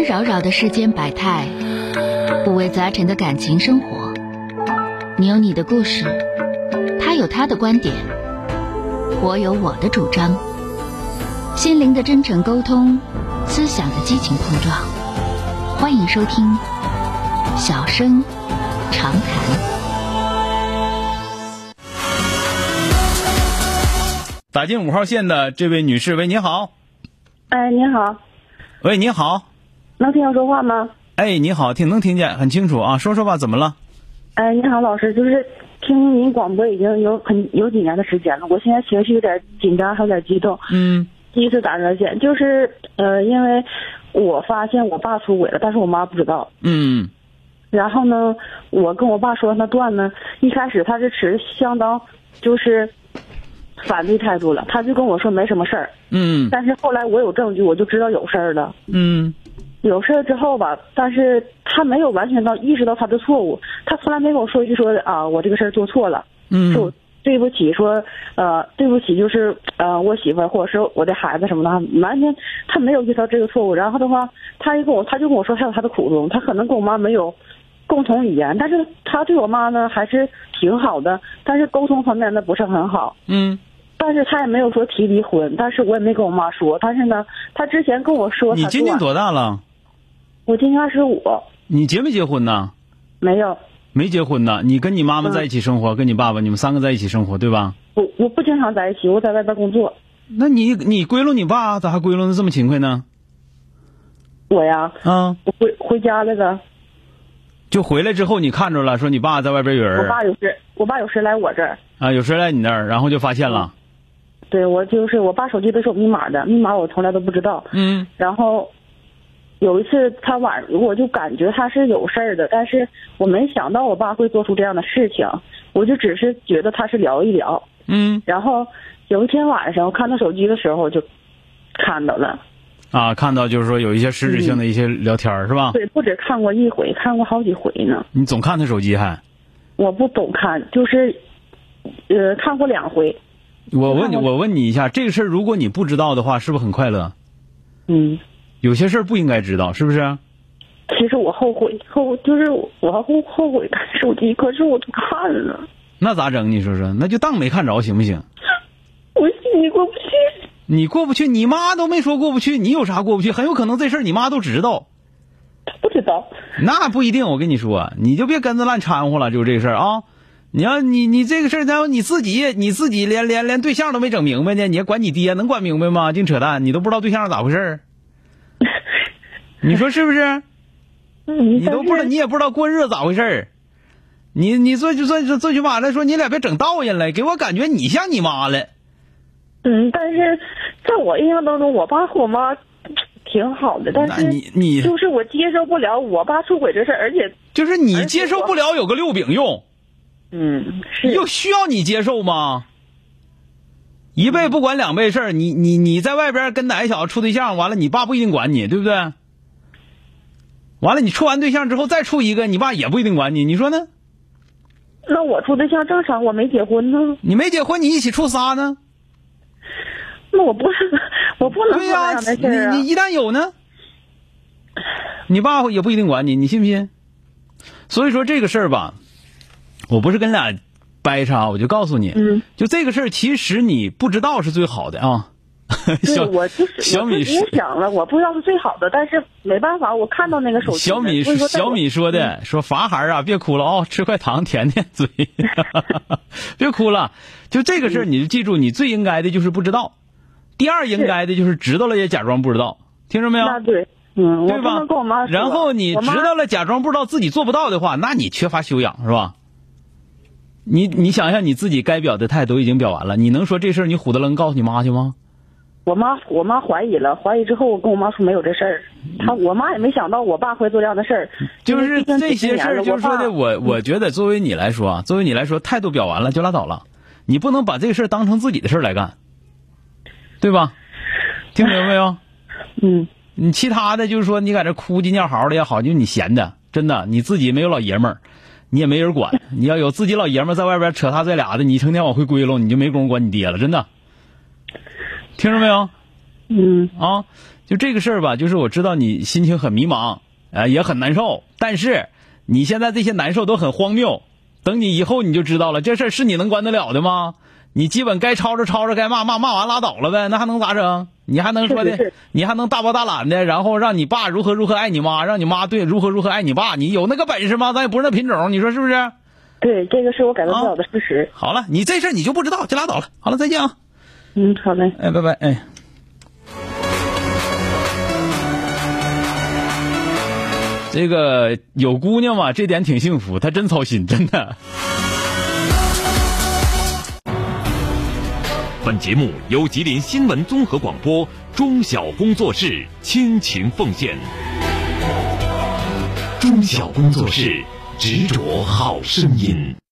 纷扰扰的世间百态，五味杂陈的感情生活。你有你的故事，他有他的观点，我有我的主张。心灵的真诚沟通，思想的激情碰撞。欢迎收听小声长谈。 打进5号线的这位女士，喂，你好。 哎，你好。 喂，你好。 能听我说话吗？ 哎，你好，能听见，很清楚啊，说说吧，怎么了？ 哎，你好，老师，就是听您广播已经有几年的时间了，我现在情绪有点紧张，还有点激动。第一次打热线，就是因为我发现我爸出轨了，但是我妈不知道。然后呢，我跟我爸说让他断呢，一开始他是持相当就是反对态度了，他就跟我说没什么事儿。但是后来我有证据，我就知道有事儿了。有事儿之后吧，但是他没有完全意识到他的错误，他从来没跟我说一句说啊，我这个事儿做错了，说对不起，说对不起，就是我媳妇儿或者是我的孩子什么的，完全他没有意识到这个错误。然后的话，他就跟我说他有他的苦衷，他可能跟我妈没有共同语言，但是他对我妈呢还是挺好的，但是沟通方面呢不是很好。但是他也没有说提离婚，但是我也没跟我妈说。但是呢，他之前跟我说， 你今年多大了？ 我今年25。 你结没结婚呢？ 没有。 没结婚呢？你跟你妈妈在一起生活，跟你爸爸，你们3个在一起生活，对吧？ 我不经常在一起，我在外边工作。 那你归拢你爸，咋还归拢的这么勤快呢？ 我呀，我回家来的。 就回来之后，你看着了，说你爸在外边有人。 我爸有时来我这儿。 有时来你那儿，然后就发现了。 对，我我爸手机都是有密码的，密码我从来都不知道。然后有一次他我就感觉他是有事儿的，但是我没想到我爸会做出这样的事情，我就只是觉得他是聊一聊。然后有一天晚上我看他手机的时候就看到了。 看到就是说有一些实质性的一些聊天是吧？ 对，不止看过一回，看过好几回呢。 你总看他手机还？ 我不总看，就是看过2回。 我问你一下，这个事儿如果你不知道的话，是不是很快乐？有些事儿不应该知道，是不是？ 其实我后悔，就是我后悔看手机，可是我都看了。那咋整？你说说，那就当没看着行不行？ 我心里过不去。 你过不去，你妈都没说过不去，你有啥过不去？很有可能这事儿你妈都知道。 不知道。那不一定，我跟你说，你就别跟着乱掺和了，就这个事儿啊。你这个事儿，然后你自己连对象都没整明白呢，你还管你爹，能管明白吗？净扯淡，你都不知道对象是咋回事儿。你说是不是？你也不知道过日子咋回事儿。你最起码来说，你俩别整道人了，给我感觉你像你妈了。 但是在我印象当中，我爸和我妈挺好的，但是你就是我接受不了我爸出轨这事儿，而且就是你接受不了有个6饼用。 是又需要你接受吗？一辈不管2辈事儿，你在外边跟哪个小子处对象，完了你爸不一定管你，对不对？完了你处完对象之后再处一个，你爸也不一定管你，你说呢？ 那我处对象正常，我没结婚呢。 你没结婚，你一起处仨呢？ 那我不能对呀，你一旦有呢，你爸也不一定管你，你信不信？所以说这个事儿吧，我不是跟俩掰扯，我就告诉你，就这个事儿，其实你不知道是最好的啊。 我就是小米想了，我不知道是最好的，但是没办法，我看到那个手机。小米说的，说罚孩啊，别哭了吃块糖舔舔嘴，别哭了。就这个事儿，你就记住，你最应该的就是不知道，第2应该的就是知道了也假装不知道，听着没有？ 那对。 对吧？ 我不能跟我妈说。 然后你知道了假装不知道自己做不到的话，那你缺乏修养是吧？你想想你自己该表的态都已经表完了，你能说这事儿你虎的愣告诉你妈去吗？ 我妈怀疑了，怀疑之后我跟我妈说没有这事儿，我妈也没想到我爸会做这样的事儿。 就是这些事儿，就是说的我觉得作为你来说，态度表完了就拉倒了，你不能把这个事儿当成自己的事儿来干，对吧？听明白没有？你其他的就是说你在这哭鸡尿嚎的也好，就是你闲的，真的你自己没有老爷们儿，你也没人管，你要有自己老爷们儿在外边扯他这俩的，你成天往回归拢，你就没工夫管你爹了，真的。听着没有？ 就这个事儿吧，就是我知道你心情很迷茫，也很难受，但是你现在这些难受都很荒谬，等你以后你就知道了，这事儿是你能管得了的吗？你基本该吵着该骂完拉倒了呗，那还能咋整？你还能说的，你还能大包大揽的，然后让你爸如何爱你妈，让你妈如何爱你爸，你有那个本事吗？咱也不是那品种，你说是不是？ 对，这个是我改变不了的事实。 好了，你这事儿你就不知道，就拉倒了。好了，再见啊。 好嘞。 拜拜。这个有姑娘嘛，这点挺幸福，她真操心，真的。 本节目由吉林新闻综合广播中小工作室倾情奉献。中小工作室，执着好声音。